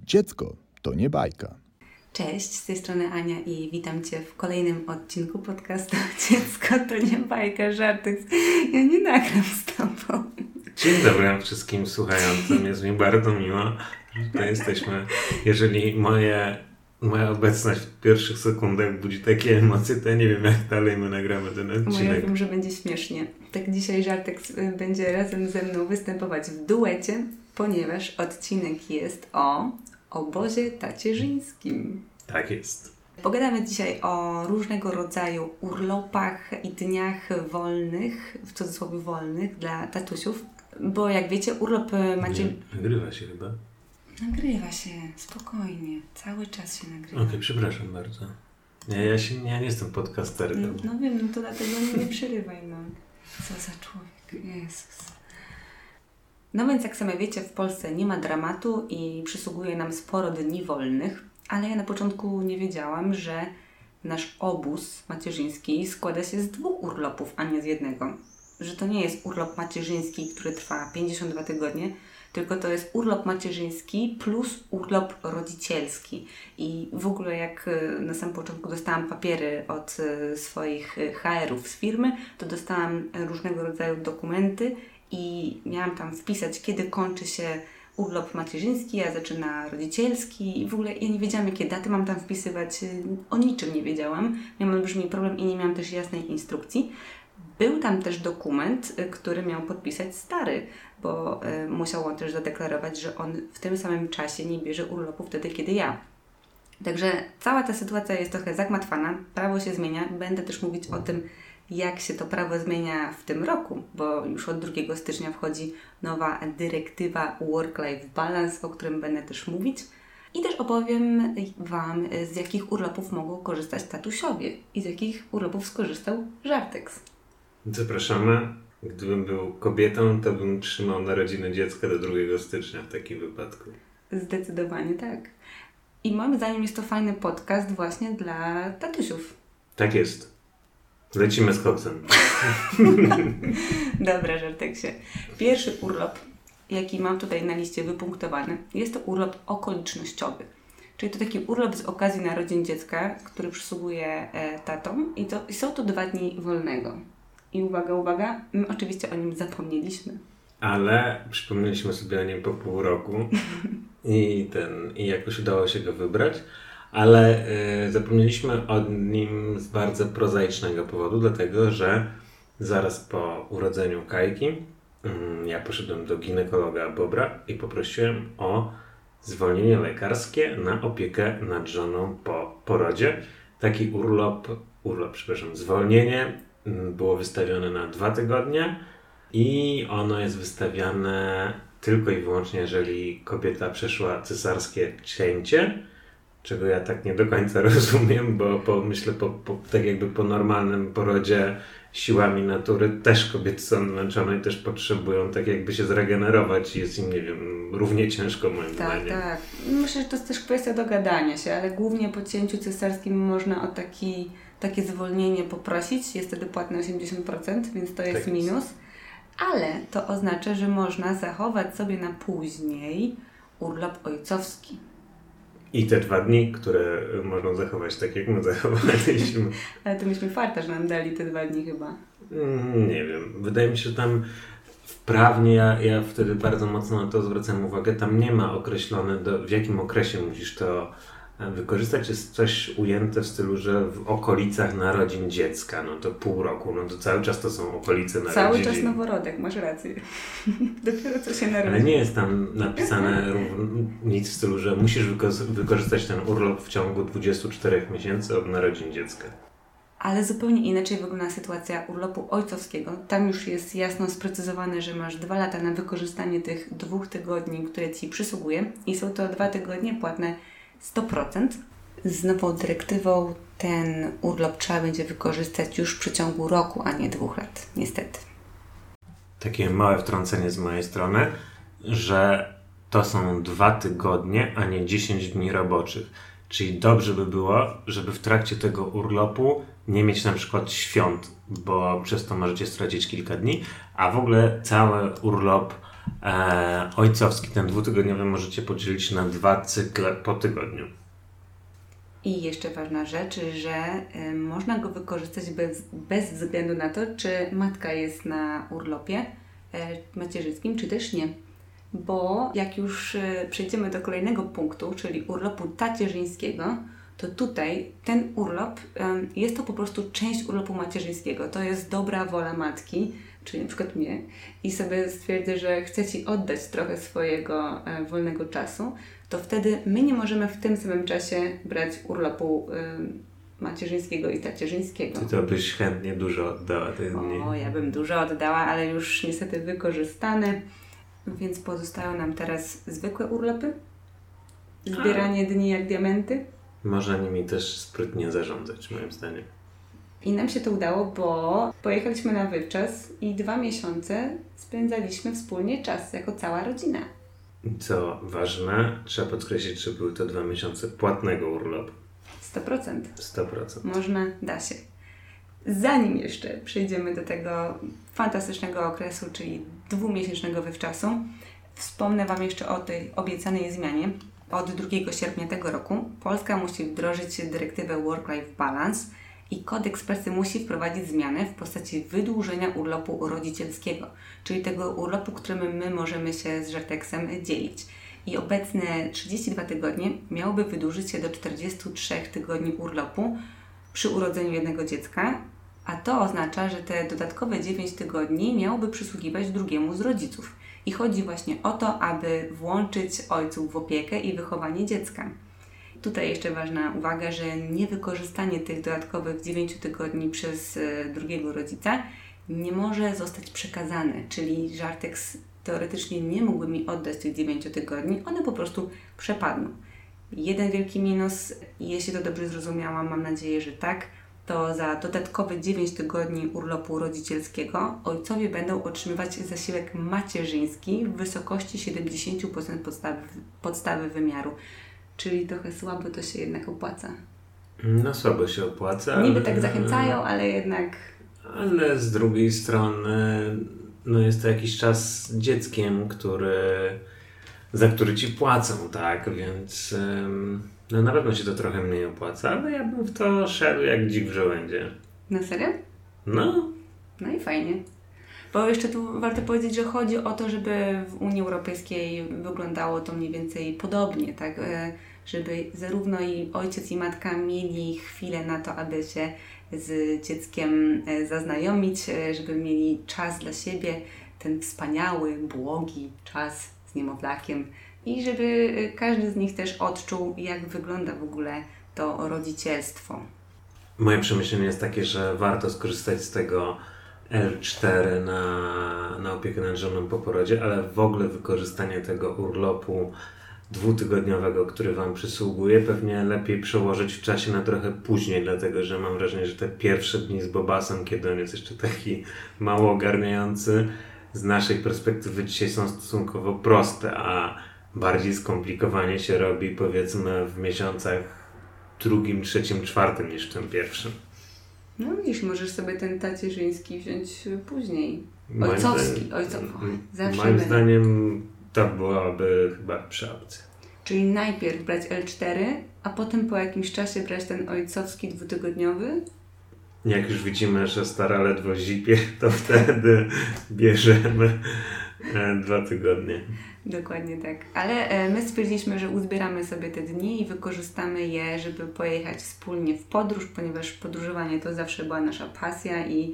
Dziecko to nie bajka. Cześć, z tej strony Ania i witam Cię w kolejnym odcinku podcastu Dziecko to nie bajka, żartek. Ja nie nagram z Tobą. Dzień dobry wszystkim słuchającym. Jest mi bardzo miło, że tutaj jesteśmy. Jeżeli moja obecność w pierwszych sekundach budzi takie emocje, to ja nie wiem, jak dalej my nagramy ten odcinek. Ja wiem, że będzie śmiesznie. Tak dzisiaj Żartek będzie razem ze mną występować w duecie, ponieważ odcinek jest o obozie tacierzyńskim. Tak jest. Pogadamy dzisiaj o różnego rodzaju urlopach i dniach wolnych, w cudzysłowie wolnych, dla tatusiów. Bo jak wiecie, urlop macie... Nagrywa się chyba. Nagrywa się, spokojnie. Cały czas się nagrywa. Okej, przepraszam bardzo. Ja nie jestem podcasterem. No wiem, no to dlatego nie przerywaj, no. Co za człowiek, Jezus. No więc jak sami wiecie, w Polsce nie ma dramatu i przysługuje nam sporo dni wolnych, ale ja na początku nie wiedziałam, że nasz obóz macierzyński składa się z 2 urlopów, a nie z jednego. Że to nie jest urlop macierzyński, który trwa 52 tygodnie, tylko to jest urlop macierzyński plus urlop rodzicielski. I w ogóle jak na samym początku dostałam papiery od swoich HR-ów z firmy, to dostałam różnego rodzaju dokumenty i miałam tam wpisać, kiedy kończy się urlop macierzyński, a zaczyna rodzicielski i w ogóle ja nie wiedziałam, jakie daty mam tam wpisywać, o niczym nie wiedziałam. Miałam olbrzymi problem i nie miałam też jasnej instrukcji. Był tam też dokument, który miał podpisać stary, bo musiał on też zadeklarować, że on w tym samym czasie nie bierze urlopu wtedy, kiedy ja. Także cała ta sytuacja jest trochę zagmatwana, prawo się zmienia. Będę też mówić o tym, jak się to prawo zmienia w tym roku, bo już od 2 stycznia wchodzi nowa dyrektywa Work-Life Balance, o którym będę też mówić. I też opowiem Wam, z jakich urlopów mogą korzystać tatusiowie i z jakich urlopów skorzystał Żarteks. Zapraszamy. Gdybym był kobietą, to bym trzymał narodziny dziecka do 2 stycznia w takim wypadku. Zdecydowanie tak. I moim zdaniem jest to fajny podcast właśnie dla tatusiów. Tak jest. Lecimy z koksem. Dobra, Żarteksie. Pierwszy urlop, jaki mam tutaj na liście wypunktowany, jest to urlop okolicznościowy. Czyli to taki urlop z okazji narodzin dziecka, który przysługuje tatom i są to 2 dni wolnego. I uwaga, my oczywiście o nim zapomnieliśmy. Ale przypomnieliśmy sobie o nim po pół roku i jakoś udało się go wybrać. Ale zapomnieliśmy o nim z bardzo prozaicznego powodu, dlatego że zaraz po urodzeniu Kajki ja poszedłem do ginekologa Bobra i poprosiłem o zwolnienie lekarskie na opiekę nad żoną po porodzie. Taki zwolnienie było wystawione na 2 tygodnie i ono jest wystawiane tylko i wyłącznie, jeżeli kobieta przeszła cesarskie cięcie, czego ja tak nie do końca rozumiem, bo myślę, tak jakby po normalnym porodzie siłami natury też kobiety są zmęczone i też potrzebują tak jakby się zregenerować i jest im, nie wiem, równie ciężko moim zdaniem. Tak. Myślę, że to jest też kwestia dogadania się, ale głównie po cięciu cesarskim można o takie zwolnienie poprosić. Jest wtedy płatne 80%, więc to jest tak minus. Ale to oznacza, że można zachować sobie na później urlop ojcowski. I te 2 dni, które można zachować tak, jak my zachowaliśmy. Ale to myśmy farta, że nam dali te 2 dni chyba. Nie wiem. Wydaje mi się, że tam wprawnie, ja wtedy bardzo mocno na to zwracam uwagę, tam nie ma określone, w jakim okresie musisz to wykorzystać. Jest coś ujęte w stylu, że w okolicach narodzin dziecka, no to pół roku, no to cały czas to są okolice narodzin. Cały czas noworodek, masz rację. Dopiero co się narodzi. Ale nie jest tam napisane nic w stylu, że musisz wykorzystać ten urlop w ciągu 24 miesięcy od narodzin dziecka. Ale zupełnie inaczej wygląda sytuacja urlopu ojcowskiego. Tam już jest jasno sprecyzowane, że masz 2 lata na wykorzystanie tych 2 tygodni, które Ci przysługuje i są to 2 tygodnie płatne 100%. Z nową dyrektywą ten urlop trzeba będzie wykorzystać już w przeciągu roku, a nie 2 lat, niestety. Takie małe wtrącenie z mojej strony, że to są 2 tygodnie, a nie 10 dni roboczych. Czyli dobrze by było, żeby w trakcie tego urlopu nie mieć na przykład świąt, bo przez to możecie stracić kilka dni, a w ogóle cały urlop Ojcowski, ten 2-tygodniowy, możecie podzielić na 2 cykle po tygodniu. I jeszcze ważna rzecz, że można go wykorzystać bez względu na to, czy matka jest na urlopie macierzyńskim, czy też nie. Bo jak już przejdziemy do kolejnego punktu, czyli urlopu tacierzyńskiego, to tutaj ten urlop jest to po prostu część urlopu macierzyńskiego. To jest dobra wola matki, czyli na przykład mnie, i sobie stwierdzę, że chcę Ci oddać trochę swojego wolnego czasu, to wtedy my nie możemy w tym samym czasie brać urlopu macierzyńskiego i tacierzyńskiego. Ty to byś chętnie dużo oddała tych dni. O, ja bym dużo oddała, ale już niestety wykorzystane, więc pozostają nam teraz zwykłe urlopy, zbieranie dni jak diamenty. Można nimi też sprytnie zarządzać, moim zdaniem. I nam się to udało, bo pojechaliśmy na wywczas i 2 miesiące spędzaliśmy wspólnie czas jako cała rodzina. Co ważne, trzeba podkreślić, że były to 2 miesiące płatnego urlopu. 100%. 100%. Można, da się. Zanim jeszcze przejdziemy do tego fantastycznego okresu, czyli 2-miesięcznego wywczasu, wspomnę Wam jeszcze o tej obiecanej zmianie. Od 2 sierpnia tego roku Polska musi wdrożyć dyrektywę Work-Life Balance i kodeks pracy musi wprowadzić zmianę w postaci wydłużenia urlopu rodzicielskiego, czyli tego urlopu, którym my możemy się z Żarteksem dzielić. I obecne 32 tygodnie miałoby wydłużyć się do 43 tygodni urlopu przy urodzeniu jednego dziecka, a to oznacza, że te dodatkowe 9 tygodni miałoby przysługiwać drugiemu z rodziców. I chodzi właśnie o to, aby włączyć ojców w opiekę i wychowanie dziecka. Tutaj jeszcze ważna uwaga, że niewykorzystanie tych dodatkowych 9 tygodni przez drugiego rodzica nie może zostać przekazane, czyli Żarteks teoretycznie nie mógłby mi oddać tych 9 tygodni, one po prostu przepadną. Jeden wielki minus, jeśli to dobrze zrozumiałam, mam nadzieję, że tak, to za dodatkowe 9 tygodni urlopu rodzicielskiego ojcowie będą otrzymywać zasiłek macierzyński w wysokości 70% podstawy wymiaru. Czyli trochę słabo to się jednak opłaca. No słabo się opłaca. Niby tak zachęcają, ale jednak... Ale z drugiej strony no jest to jakiś czas z dzieckiem, za który Ci płacą, tak? Więc no na pewno się to trochę mniej opłaca, ale ja bym w to szedł jak dzik w żołędzie. Na serio? No. No i fajnie. Bo jeszcze tu warto powiedzieć, że chodzi o to, żeby w Unii Europejskiej wyglądało to mniej więcej podobnie, tak? Żeby zarówno i ojciec i matka mieli chwilę na to, aby się z dzieckiem zaznajomić, żeby mieli czas dla siebie, ten wspaniały, błogi czas z niemowlakiem i żeby każdy z nich też odczuł, jak wygląda w ogóle to rodzicielstwo. Moje przemyślenie jest takie, że warto skorzystać z tego L4 na opiekę nad żoną po porodzie, ale w ogóle wykorzystanie tego urlopu 2-tygodniowego, który Wam przysługuje, pewnie lepiej przełożyć w czasie na trochę później, dlatego że mam wrażenie, że te pierwsze dni z Bobasem, kiedy on jest jeszcze taki mało ogarniający, z naszej perspektywy dzisiaj są stosunkowo proste, a bardziej skomplikowanie się robi powiedzmy w miesiącach 2., 3., 4. niż w tym pierwszym. No widzisz, możesz sobie ten tacierzyński wziąć później. Ojcowski. Zawsze moim zdaniem to byłaby chyba lepsza opcja. Czyli najpierw brać L4, a potem po jakimś czasie brać ten ojcowski 2-tygodniowy? Jak już widzimy, że stara ledwo zipie, to wtedy bierzemy 2 tygodnie. Dokładnie tak. Ale my stwierdziliśmy, że uzbieramy sobie te dni i wykorzystamy je, żeby pojechać wspólnie w podróż, ponieważ podróżowanie to zawsze była nasza pasja i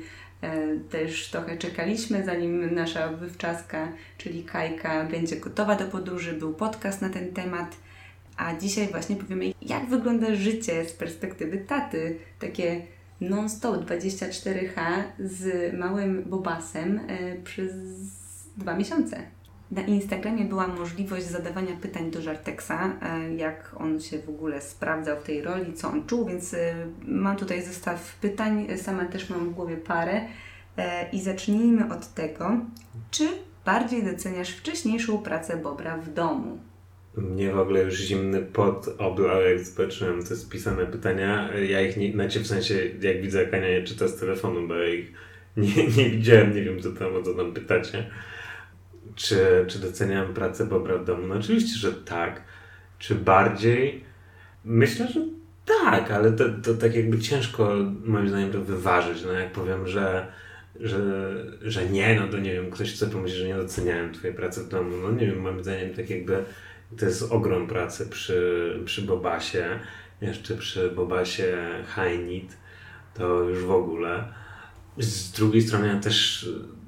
też trochę czekaliśmy, zanim nasza wywczaska, czyli Kajka, będzie gotowa do podróży. Był podcast na ten temat, a dzisiaj właśnie powiemy, jak wygląda życie z perspektywy taty. Takie non-stop 24H z małym Bobasem przez 2 miesiące. Na Instagramie była możliwość zadawania pytań do Żarteksa, jak on się w ogóle sprawdzał w tej roli, co on czuł, więc mam tutaj zestaw pytań, sama też mam w głowie parę i zacznijmy od tego, czy bardziej doceniasz wcześniejszą pracę Bobra w domu? Mnie w ogóle już zimny pot oblał, jak zobaczyłem te spisane pytania. Ja ich nie, w sensie jak widzę, jak Ania je czyta z telefonu, bo ja ich nie widziałem, nie wiem o co tam pytacie. Czy doceniam pracę Bobra w domu? No oczywiście, że tak. Czy bardziej? Myślę, że tak, ale to tak jakby ciężko moim zdaniem to wyważyć. No jak powiem, że nie, no to nie wiem, ktoś chce pomyśleć, że nie doceniałem twojej pracy w domu. No nie wiem, moim zdaniem tak jakby to jest ogrom pracy przy Bobasie, jeszcze przy Bobasie High Need, to już w ogóle. Z drugiej strony ja też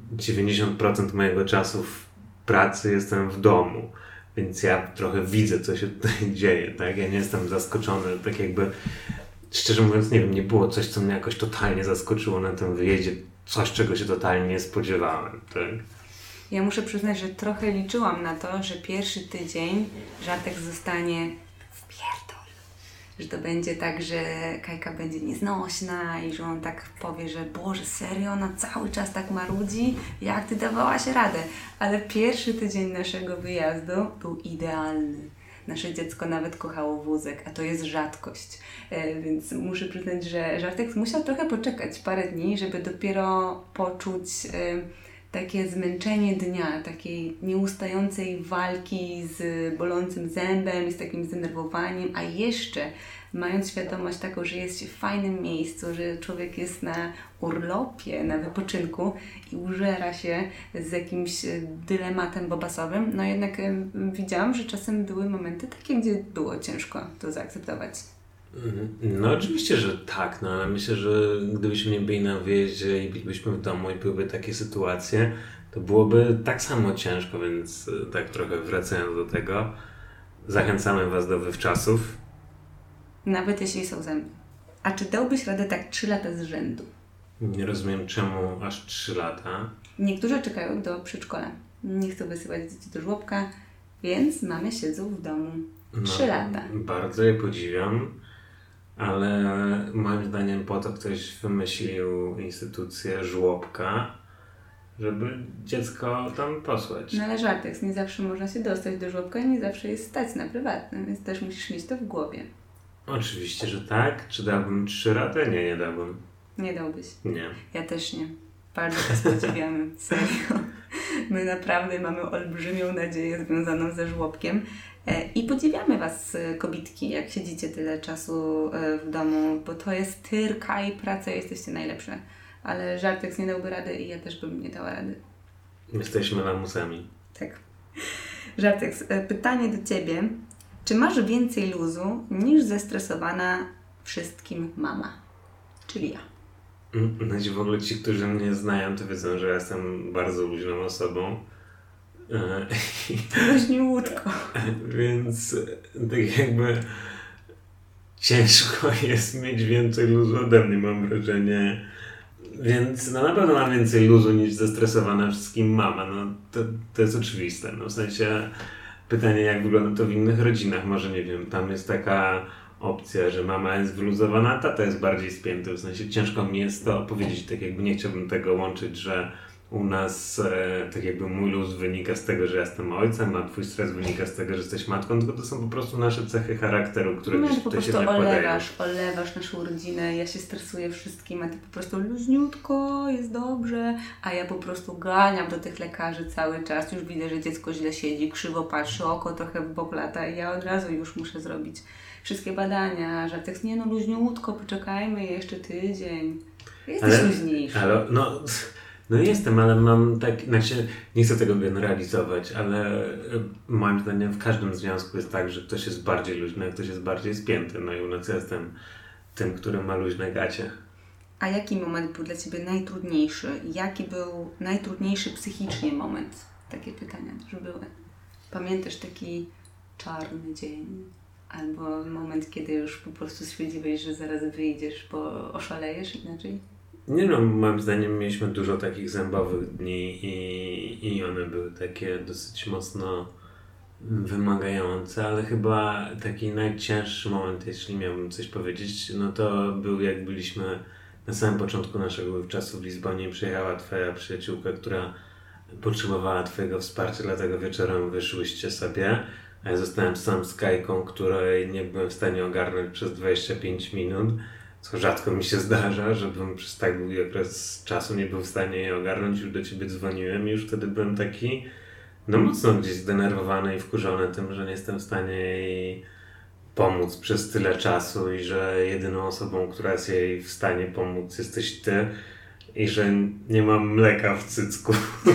90% mojego czasu w pracy jestem w domu, więc ja trochę widzę, co się tutaj dzieje, tak? Ja nie jestem zaskoczony, tak jakby, szczerze mówiąc, nie wiem, nie było coś, co mnie jakoś totalnie zaskoczyło na tym wyjeździe, coś, czego się totalnie nie spodziewałem, tak? Ja muszę przyznać, że trochę liczyłam na to, że pierwszy tydzień Żartek zostanie w pierdol. Że to będzie tak, że Kajka będzie nieznośna i że on tak powie, że Boże, serio, ona cały czas tak marudzi? Jak ty dawałaś radę? Ale pierwszy tydzień naszego wyjazdu był idealny. Nasze dziecko nawet kochało wózek, a to jest rzadkość. Więc muszę przyznać, że Żartek musiał trochę poczekać parę dni, żeby dopiero poczuć takie zmęczenie dnia, takiej nieustającej walki z bolącym zębem i z takim zdenerwowaniem, a jeszcze mając świadomość taką, że jest się w fajnym miejscu, że człowiek jest na urlopie, na wypoczynku i użera się z jakimś dylematem bobasowym, no jednak widziałam, że czasem były momenty takie, gdzie było ciężko to zaakceptować. No oczywiście, że tak, no ale myślę, że gdybyśmy nie byli na wyjeździe i bylibyśmy w domu i byłyby takie sytuacje, to byłoby tak samo ciężko, więc tak trochę wracając do tego, zachęcamy Was do wywczasów. Nawet jeśli są zęby. A czy dałbyś radę tak 3 lata z rzędu? Nie rozumiem, czemu aż 3 lata. Niektórzy czekają do przedszkola. Nie chcą wysyłać dzieci do żłobka, więc mamy siedzą w domu 3 lata. Bardzo je podziwiam, ale moim zdaniem po to ktoś wymyślił instytucję żłobka, żeby dziecko tam posłać. No ale Żartek, nie zawsze można się dostać do żłobka i nie zawsze jest stać na prywatnym, więc też musisz mieć to w głowie. Oczywiście, że tak. Czy dałbym 3 lata? Nie dałbym. Nie dałbyś. Nie. Ja też nie. Bardzo to podziwiamy. Serio. My naprawdę mamy olbrzymią nadzieję związaną ze żłobkiem. I podziwiamy Was, kobitki, jak siedzicie tyle czasu w domu, bo to jest tyrka i praca, jesteście najlepsze. Ale Żartek nie dałby rady i ja też bym nie dała rady. Jesteśmy lamusami. Tak. Żartek, pytanie do Ciebie. Czy masz więcej luzu niż zestresowana wszystkim mama? Czyli ja. Znaczy w ogóle ci, którzy mnie znają, to wiedzą, że ja jestem bardzo luźną osobą. Luźniutko. Więc tak jakby ciężko jest mieć więcej luzu ode mnie, mam wrażenie. Więc no na pewno mam więcej luzu niż zestresowana wszystkim mama. No to jest oczywiste. No w sensie pytanie, jak wygląda to w innych rodzinach. Może nie wiem, tam jest taka opcja, że mama jest wyluzowana, tata jest bardziej spięty. W sensie ciężko mi jest to opowiedzieć, tak jakby nie chciałbym tego łączyć, że u nas tak jakby mój luz wynika z tego, że ja jestem ojcem, a twój stres wynika z tego, że jesteś matką, tylko to są po prostu nasze cechy charakteru, które gdzieś tutaj się nakładają. Olewasz naszą rodzinę, ja się stresuję wszystkim, a ty po prostu luźniutko, jest dobrze, a ja po prostu ganiam do tych lekarzy cały czas, już widzę, że dziecko źle siedzi, krzywo patrzy, oko trochę w bok lata i ja od razu już muszę zrobić wszystkie badania, Żartek, nie no luźniutko, poczekajmy jeszcze tydzień. Jesteś luźniejszy. Ale no jestem, ale mam tak, znaczy nie chcę tego generalizować, ale moim zdaniem w każdym związku jest tak, że ktoś jest bardziej luźny, a ktoś jest bardziej spięty. No i u nas ja jestem tym, który ma luźne gacie. A jaki moment był dla Ciebie najtrudniejszy? Jaki był najtrudniejszy psychicznie moment? Takie pytania też były. Pamiętasz taki czarny dzień? Albo moment, kiedy już po prostu stwierdziłeś, że zaraz wyjdziesz, bo oszalejesz inaczej? Nie no, moim zdaniem mieliśmy dużo takich zębowych dni i one były takie dosyć mocno wymagające, ale chyba taki najcięższy moment, jeśli miałbym coś powiedzieć, no to był jak byliśmy na samym początku naszego czasu w Lizbonie i przyjechała Twoja przyjaciółka, która potrzebowała Twojego wsparcia, dlatego wieczorem wyszłyście sobie, a ja zostałem sam z Kajką, której nie byłem w stanie ogarnąć przez 25 minut. Co rzadko mi się zdarza, żebym przez tak długi okres czasu nie był w stanie je ogarnąć, już do Ciebie dzwoniłem i już wtedy byłem taki no mocno gdzieś zdenerwowany i wkurzony tym, że nie jestem w stanie jej pomóc przez tyle czasu i że jedyną osobą, która jest jej w stanie pomóc, jesteś ty i że nie mam mleka w cycku.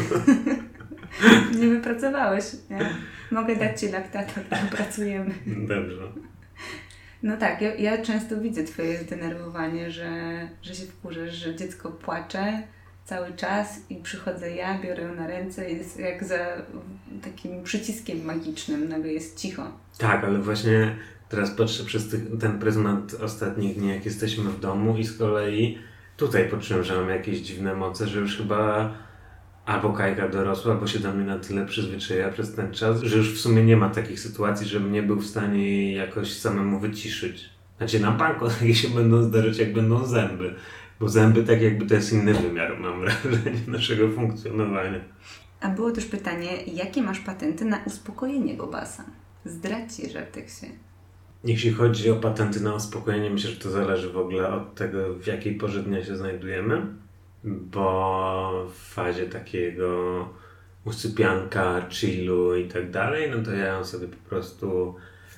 Nie wypracowałeś, nie? Mogę dać Ci laktator, pracujemy. Dobrze. No tak, ja często widzę Twoje zdenerwowanie, że się wkurzasz, że dziecko płacze cały czas i przychodzę ja, biorę ją na ręce i jest jak za takim przyciskiem magicznym, nagle jest cicho. Tak, ale właśnie teraz patrzę przez ten pryzmat ostatnich dni, jak jesteśmy w domu i z kolei tutaj poczułem, że mam jakieś dziwne moce, że już chyba albo Kajka dorosła, albo się do mnie na tyle przyzwyczaiła przez ten czas, że już w sumie nie ma takich sytuacji, żebym nie był w stanie jej jakoś samemu wyciszyć. Znaczy na banku takie się będą zdarzać, jak będą zęby. Bo zęby tak jakby to jest inny wymiar, mam wrażenie, naszego funkcjonowania. A było też pytanie, jakie masz patenty na uspokojenie Bobasa? Zdradźcie, Żartek się. Jeśli chodzi o patenty na uspokojenie, myślę, że to zależy w ogóle od tego, w jakiej porze dnia się znajdujemy, bo w fazie takiego usypianka, chillu i tak dalej, no to ja ją sobie po prostu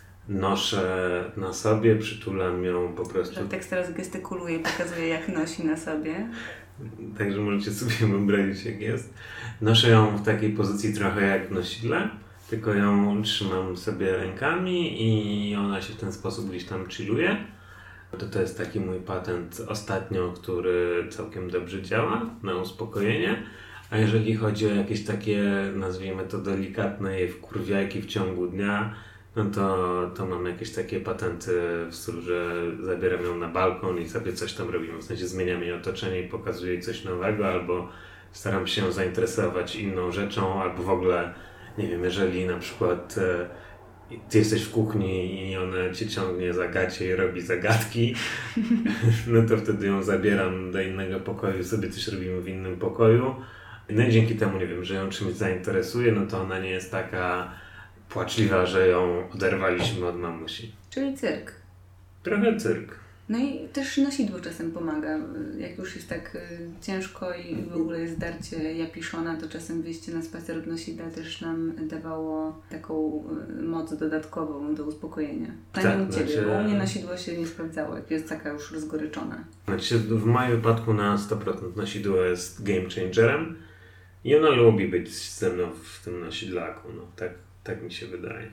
noszę na sobie, przytulam ją po prostu. Żartek teraz gestykuluje, pokazuje jak nosi na sobie. Także możecie sobie wyobrazić, jak jest. Noszę ją w takiej pozycji trochę jak w nosidle, tylko ją trzymam sobie rękami i ona się w ten sposób gdzieś tam chilluje. To jest taki mój patent ostatnio, który całkiem dobrze działa na uspokojenie. A jeżeli chodzi o jakieś takie, nazwijmy to delikatne jej wkurwiajki w ciągu dnia, no to mam jakieś takie patenty w stylu, że zabieram ją na balkon i sobie coś tam robimy. W sensie zmieniam jej otoczenie i pokazuję jej coś nowego, albo staram się zainteresować inną rzeczą, albo w ogóle, nie wiem, jeżeli na przykład ty jesteś w kuchni i ona cię ciągnie za gacie i robi zagadki, no to wtedy ją zabieram do innego pokoju, sobie coś robimy w innym pokoju. No i dzięki temu, nie wiem, że ją czymś zainteresuje, no to ona nie jest taka płaczliwa, że ją oderwaliśmy od mamusi. Czyli cyrk. Trochę cyrk. No i też nosidło czasem pomaga. Jak już jest tak ciężko i w ogóle jest darcie japiszona, to czasem wyjście na spacer od nosidła też nam dawało taką moc dodatkową do uspokojenia. Przynajmniej u Ciebie, bo u mnie nosidło się nie sprawdzało, jak jest taka już rozgoryczona. Znaczy, w moim wypadku na 100% nosidło jest game changerem i ona lubi być ze mną w tym nosidlaku. No, tak mi się wydaje.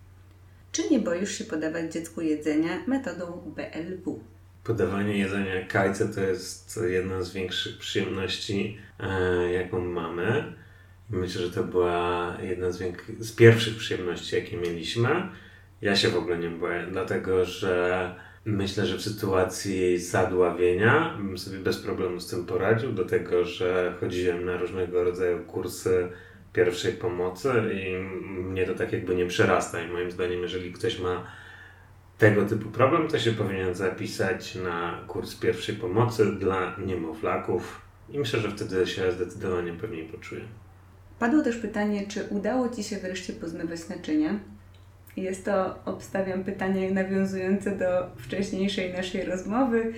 Czy nie boisz się podawać dziecku jedzenia metodą BLW? Podawanie jedzenia Kajce to jest jedna z większych przyjemności, jaką mamy. Myślę, że to była jedna z pierwszych przyjemności, jakie mieliśmy. Ja się w ogóle nie boję, dlatego że myślę, że w sytuacji jej zadławienia bym sobie bez problemu z tym poradził, dlatego że chodziłem na różnego rodzaju kursy pierwszej pomocy i mnie to tak jakby nie przerasta i moim zdaniem, jeżeli ktoś ma tego typu problem, to się powinien zapisać na kurs pierwszej pomocy dla niemowlaków i myślę, że wtedy się zdecydowanie pewniej poczuję. Padło też pytanie, czy udało Ci się wreszcie pozmywać naczynia? Jest to, obstawiam, pytanie nawiązujące do wcześniejszej naszej rozmowy,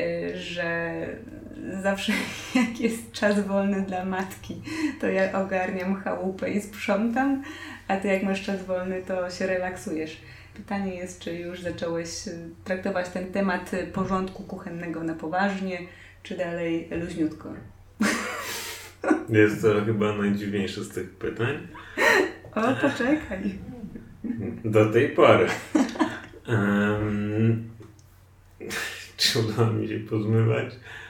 że zawsze jak jest czas wolny dla matki, to ja ogarniam chałupę i sprzątam, a Ty jak masz czas wolny, to się relaksujesz. Pytanie jest, czy już zacząłeś traktować ten temat porządku kuchennego na poważnie, czy dalej luźniutko? Jest to chyba najdziwniejsze z tych pytań. O, poczekaj. Do tej pory. Czy udało mi się pozmywać?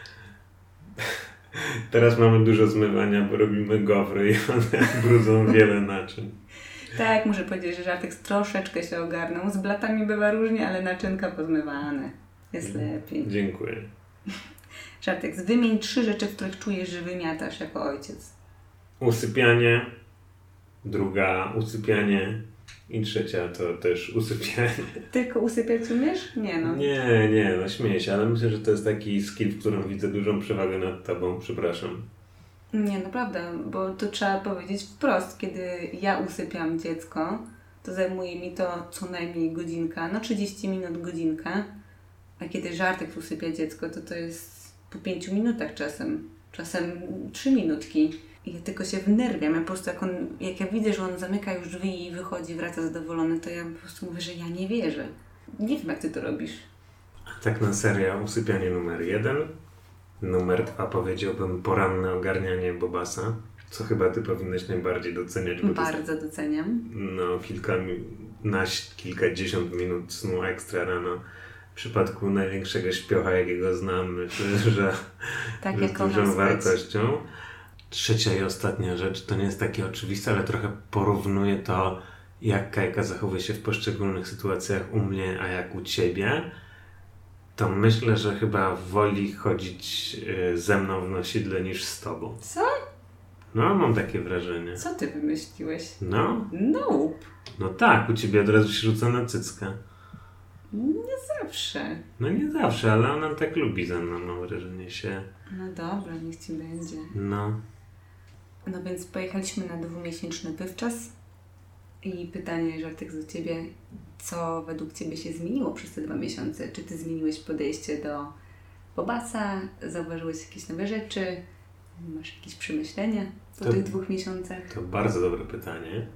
Teraz mamy dużo zmywania, bo robimy gofry i one brudzą wiele naczyń. Tak, muszę powiedzieć, że Żartek troszeczkę się ogarnął. Z blatami bywa różnie, ale naczynka pozmywane. Jest lepiej. Dziękuję. Żartek, wymień 3 rzeczy, w których czujesz, że wymiatasz jako ojciec. Usypianie, druga usypianie i trzecia to też usypianie. Tylko usypiać umiesz? Nie no. Nie, no śmieję się, ale myślę, że to jest taki skill, w którym widzę dużą przewagę nad tobą, przepraszam. Nie, naprawdę, bo to trzeba powiedzieć wprost. Kiedy ja usypiam dziecko, to zajmuje mi to co najmniej godzinka, no 30 minut, godzinka. A kiedy Żartek usypia dziecko, to jest po 5 minutach czasem 3 minutki. ja tylko się wnerwiam. Ja po prostu jak ja widzę, że on zamyka już drzwi i wychodzi, wraca zadowolony, to ja po prostu mówię, że ja nie wierzę. Nie wiem, jak ty to robisz. A tak na serio, usypianie numer 1. Numer 2 powiedziałbym poranne ogarnianie Bobasa, co chyba ty powinnaś najbardziej doceniać. Bo bardzo doceniam. No, kilkadziesiąt minut snu ekstra rano. W przypadku największego śpiocha, jakiego znam, myślę, że Tak, z dużą wartością. Trzecia i ostatnia rzecz, to nie jest takie oczywiste, ale trochę porównuje to, jak Kajka zachowuje się w poszczególnych sytuacjach u mnie, a jak u ciebie. To myślę, że chyba woli chodzić ze mną w nosidle niż z tobą. Co? No, mam takie wrażenie. Co ty wymyśliłeś? No? Nope. No tak, u ciebie od razu się rzuca na cyckę. Nie zawsze. No nie zawsze, ale ona tak lubi ze mną, mam wrażenie się. No dobra, niech ci będzie. No. No więc pojechaliśmy na 2-miesięczny wywczas i pytanie, Żartek, do ciebie, co według ciebie się zmieniło przez te 2 miesiące? Czy ty zmieniłeś podejście do Bobasa? Zauważyłeś jakieś nowe rzeczy? Masz jakieś przemyślenia po tych 2 miesiącach? To bardzo dobre pytanie.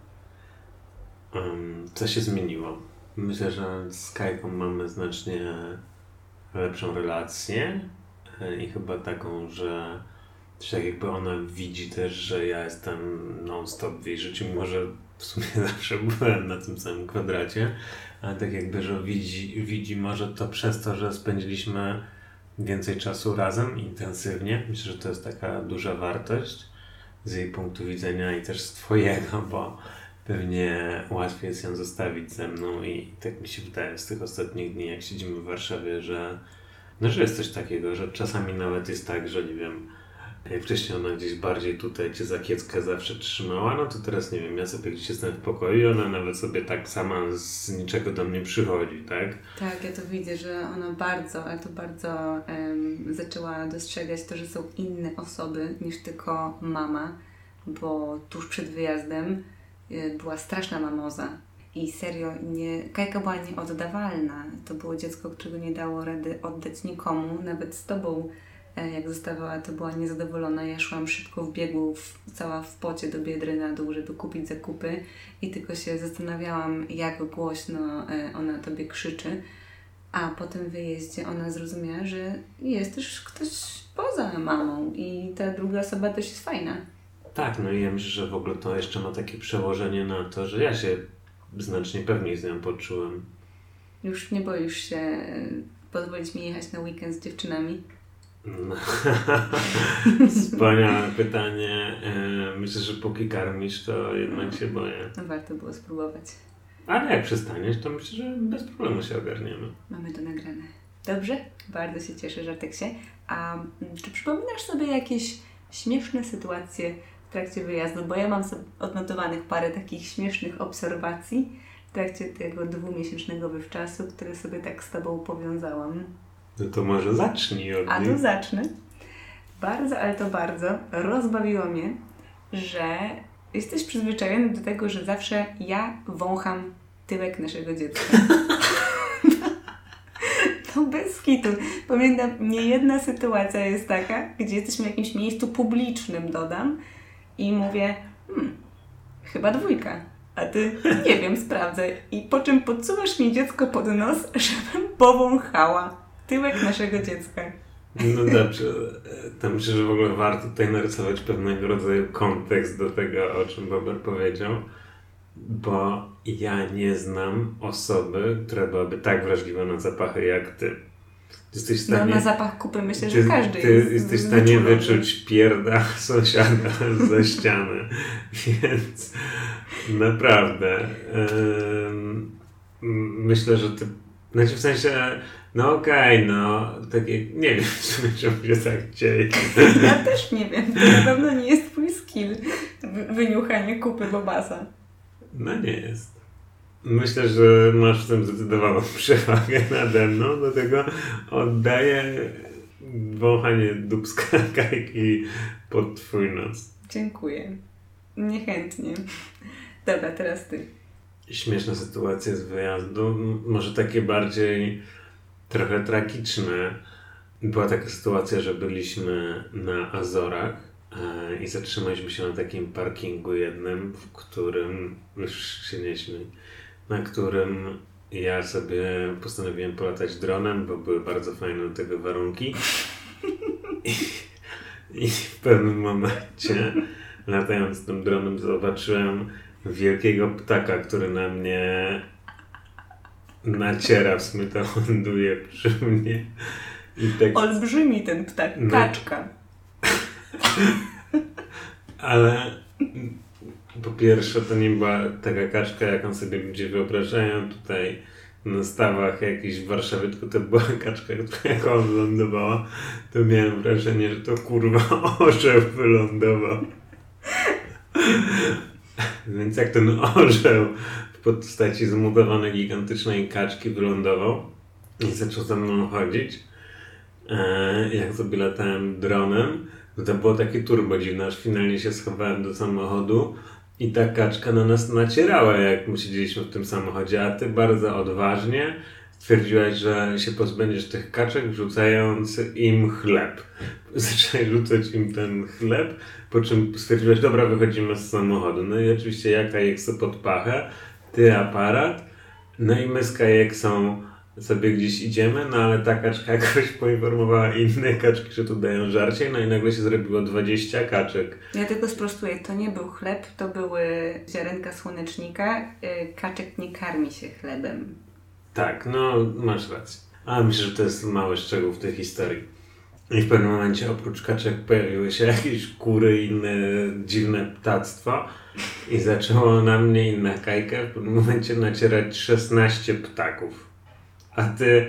Co się zmieniło? Myślę, że z Kajką mamy znacznie lepszą relację i chyba taką, że tak jakby ona widzi też, że ja jestem non-stop w jej życiu, mimo że w sumie zawsze byłem na tym samym kwadracie, ale tak jakby, że widzi może to przez to, że spędziliśmy więcej czasu razem, intensywnie. Myślę, że to jest taka duża wartość z jej punktu widzenia i też z twojego, bo pewnie łatwiej jest ją zostawić ze mną i tak mi się wydaje z tych ostatnich dni, jak siedzimy w Warszawie, że jest coś takiego, że czasami nawet jest tak, że nie wiem, jak wcześniej ona gdzieś bardziej tutaj cię za kieckę zawsze trzymała, no to teraz nie wiem, ja sobie gdzieś jestem w pokoju i ona nawet sobie tak sama z niczego do mnie przychodzi, tak? Tak, ja to widzę, że ona bardzo zaczęła dostrzegać to, że są inne osoby niż tylko mama, bo tuż przed wyjazdem była straszna mamoza i serio, Kajka była nieoddawalna. To było dziecko, którego nie dało rady oddać nikomu, nawet z tobą. Jak zostawała, to była niezadowolona. Ja szłam szybko w biegu, cała w pocie do Biedry na dół, żeby kupić zakupy i tylko się zastanawiałam, jak głośno ona tobie krzyczy. A po tym wyjeździe ona zrozumiała, że jest też ktoś poza mamą i ta druga osoba też jest fajna. Tak, no i ja myślę, że w ogóle to jeszcze ma takie przełożenie na to, że ja się znacznie pewniej z nią poczułem. Już nie boisz się pozwolić mi jechać na weekend z dziewczynami? No. Wspaniałe pytanie. Myślę, że póki karmisz, to jednak się boję. No warto było spróbować. Ale jak przestaniesz, to myślę, że bez problemu się ogarniemy. Mamy to nagrane. Dobrze? Bardzo się cieszę, Żarteksie. A czy przypominasz sobie jakieś śmieszne sytuacje w trakcie wyjazdu? Bo ja mam sobie odnotowanych parę takich śmiesznych obserwacji w trakcie tego 2-miesięcznego wywczasu, które sobie tak z tobą powiązałam. No to może zacznij od A tu zacznę. Bardzo, ale to bardzo rozbawiło mnie, że jesteś przyzwyczajony do tego, że zawsze ja wącham tyłek naszego dziecka. To bez kitu. Pamiętam, niejedna sytuacja jest taka, gdzie jesteśmy w jakimś miejscu publicznym, dodam, i mówię, chyba 2. A ty, nie wiem, sprawdzę. I po czym podsuwasz mi dziecko pod nos, żebym powąchała tyłek naszego dziecka. No dobrze, to myślę, że w ogóle warto tutaj narysować pewnego rodzaju kontekst do tego, o czym Bober powiedział, bo ja nie znam osoby, która byłaby tak wrażliwa na zapachy jak ty. Jesteś w stanie, na zapach kupy myślę, że każdy jesteś w stanie wyczuć pierda sąsiada ze ściany, więc naprawdę myślę, że ty, znaczy w sensie, no okej, takie, nie wiem, czemu się tak dzieje. Ja też nie wiem, to na pewno nie jest twój skill, wyniuchanie kupy Bobasa. No nie jest. Myślę, że masz w tym zdecydowaną przewagę nade mną, dlatego oddaję wąchanie dupska Kajki pod twój nos. Dziękuję. Niechętnie. Dobra, teraz ty. Śmieszne sytuacje z wyjazdu, może takie bardziej trochę tragiczne. Była taka sytuacja, że byliśmy na Azorach I zatrzymaliśmy się na takim parkingu jednym, w którym, już się nie śmiej, na którym ja sobie postanowiłem polatać dronem, bo były bardzo fajne do tego warunki. I w pewnym momencie, latając tym dronem, zobaczyłem wielkiego ptaka, który na mnie naciera, w sumie to ląduje przy mnie. I tak... Olbrzymi ten ptak, kaczka. Ale po pierwsze to nie była taka kaczka, jaką sobie ludzie wyobrażają tutaj na stawach jakiejś w Warszawie, tylko to była kaczka, która jak on lądowała, to miałem wrażenie, że to kurwa orzeł wylądował. Więc jak ten orzeł w postaci zmutowanej gigantycznej kaczki wylądował i zaczął za mną chodzić, jak sobie latałem dronem, to było takie turbo dziwne, aż finalnie się schowałem do samochodu i ta kaczka na nas nacierała, jak my siedzieliśmy w tym samochodzie, a ty bardzo odważnie stwierdziłaś, że się pozbędziesz tych kaczek, wrzucając im chleb. Zaczęłaś rzucać im ten chleb, po czym stwierdziłaś, dobra, wychodzimy z samochodu. No i oczywiście ja Kajeksę pod pachę, ty aparat, no i my z Kajeksą sobie gdzieś idziemy, no ale ta kaczka jakoś poinformowała inne kaczki, że tu dają żarcie, no i nagle się zrobiło 20 kaczek. Ja tylko sprostuję, to nie był chleb, to były ziarenka słonecznika. Kaczek nie karmi się chlebem. Tak, no masz rację. Ale myślę, że to jest mały szczegół w tej historii. I w pewnym momencie oprócz kaczek pojawiły się jakieś kury i inne dziwne ptactwo i zaczęło na mnie i na Kajkę w pewnym momencie nacierać 16 ptaków. A ty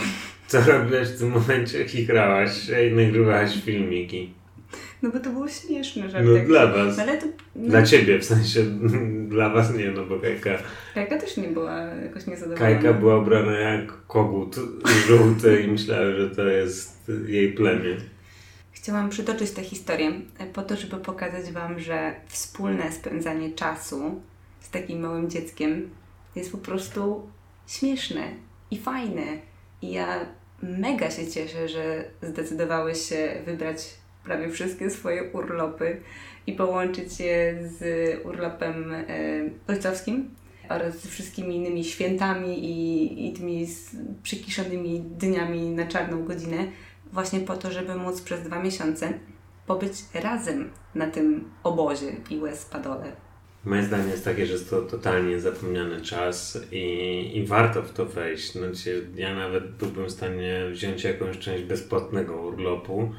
co robiłaś w tym momencie? Chichrałaś się i nagrywałaś filmiki. No bo to było śmieszne, że No dla was. Ale to, no... Dla ciebie, w sensie dla was nie, no bo Kajka też nie była jakoś niezadowolona. Kajka była ubrana jak kogut żółty i myślała, że to jest jej plemię. Chciałam przytoczyć tę historię po to, żeby pokazać wam, że wspólne spędzanie czasu z takim małym dzieckiem jest po prostu śmieszne i fajne. I ja mega się cieszę, że zdecydowałeś się wybrać prawie wszystkie swoje urlopy i połączyć je z urlopem ojcowskim oraz z wszystkimi innymi świętami i tymi przykiszonymi dniami na czarną godzinę właśnie po to, żeby móc przez 2 miesiące pobyć razem na tym obozie i Padole. Moje zdanie jest takie, że jest to totalnie zapomniany czas i warto w to wejść. Znaczy, ja nawet byłbym w stanie wziąć jakąś część bezpłatnego urlopu,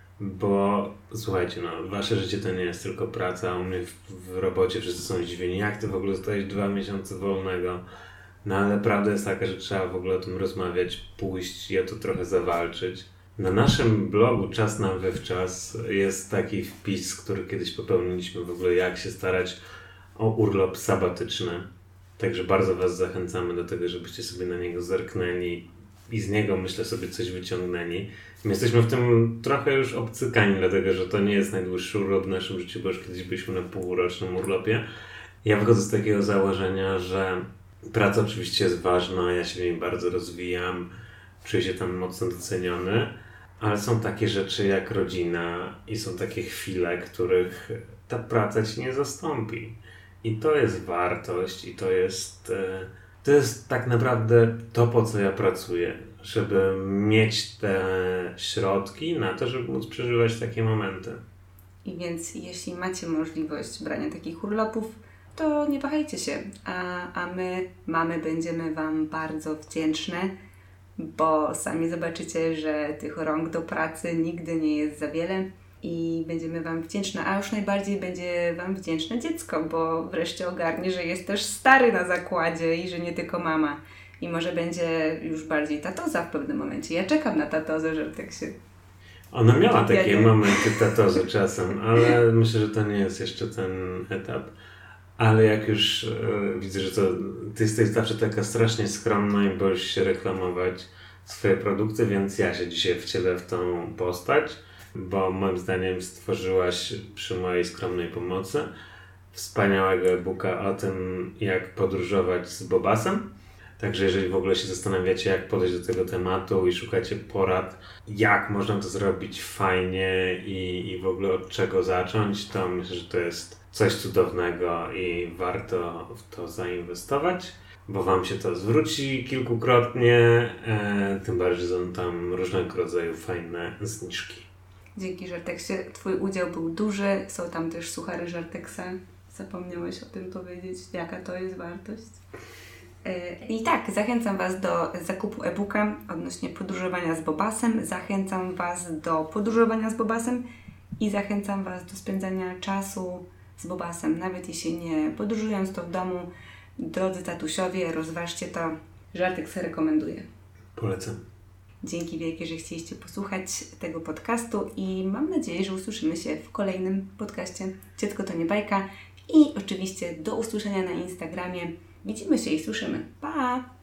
bo słuchajcie, no wasze życie to nie jest tylko praca, u mnie w robocie wszyscy są zdziwieni, jak ty w ogóle dostałeś 2 miesiące wolnego, no ale prawda jest taka, że trzeba w ogóle o tym rozmawiać, pójść i o to trochę zawalczyć. Na naszym blogu Czas na Wywczas jest taki wpis, który kiedyś popełniliśmy w ogóle, jak się starać o urlop sabatyczny. Także bardzo was zachęcamy do tego, żebyście sobie na niego zerknęli i z niego, myślę, sobie coś wyciągnęli. My jesteśmy w tym trochę już obcykani, dlatego że to nie jest najdłuższy urlop w naszym życiu, bo już kiedyś byliśmy na półrocznym urlopie. Ja wychodzę z takiego założenia, że praca oczywiście jest ważna, ja się w niej bardzo rozwijam, czuję się tam mocno doceniony, ale są takie rzeczy jak rodzina i są takie chwile, których ta praca ci nie zastąpi. I to jest wartość i to jest tak naprawdę to, po co ja pracuję. Żeby mieć te środki na to, żeby móc przeżywać takie momenty. I więc jeśli macie możliwość brania takich urlopów, to nie wahajcie się. A my, mamy, będziemy wam bardzo wdzięczne, bo sami zobaczycie, że tych rąk do pracy nigdy nie jest za wiele i będziemy wam wdzięczne. A już najbardziej będzie wam wdzięczne dziecko, bo wreszcie ogarnie, że jest też stary na zakładzie i że nie tylko mama. I może będzie już bardziej tatoza w pewnym momencie. Ja czekam na tatozę, żeby tak się... Ona miała takie momenty tatozy czasem, ale myślę, że to nie jest jeszcze ten etap. Ale jak już widzę, że ty jesteś zawsze taka strasznie skromna i boisz się reklamować swoje produkty, więc ja się dzisiaj wcielę w tą postać, bo moim zdaniem stworzyłaś przy mojej skromnej pomocy wspaniałego e-booka o tym, jak podróżować z Bobasem. Także jeżeli w ogóle się zastanawiacie, jak podejść do tego tematu i szukacie porad, jak można to zrobić fajnie i w ogóle od czego zacząć, to myślę, że to jest coś cudownego i warto w to zainwestować, bo Wam się to zwróci kilkukrotnie, tym bardziej, że są tam różnego rodzaju fajne zniżki. Dzięki Żarteksie. Twój udział był duży. Są tam też suchary Żarteksa. Zapomniałeś o tym powiedzieć, jaka to jest wartość. I tak, zachęcam Was do zakupu e-booka odnośnie podróżowania z Bobasem. Zachęcam Was do podróżowania z Bobasem i zachęcam Was do spędzania czasu z Bobasem. Nawet jeśli nie podróżując, to w domu. Drodzy tatusiowie, rozważcie to. Żartek se rekomenduje. Polecam. Dzięki wielkie, że chcieliście posłuchać tego podcastu i mam nadzieję, że usłyszymy się w kolejnym podcaście Dziecko to nie bajka i oczywiście do usłyszenia na Instagramie. Widzimy się i słyszymy. Pa!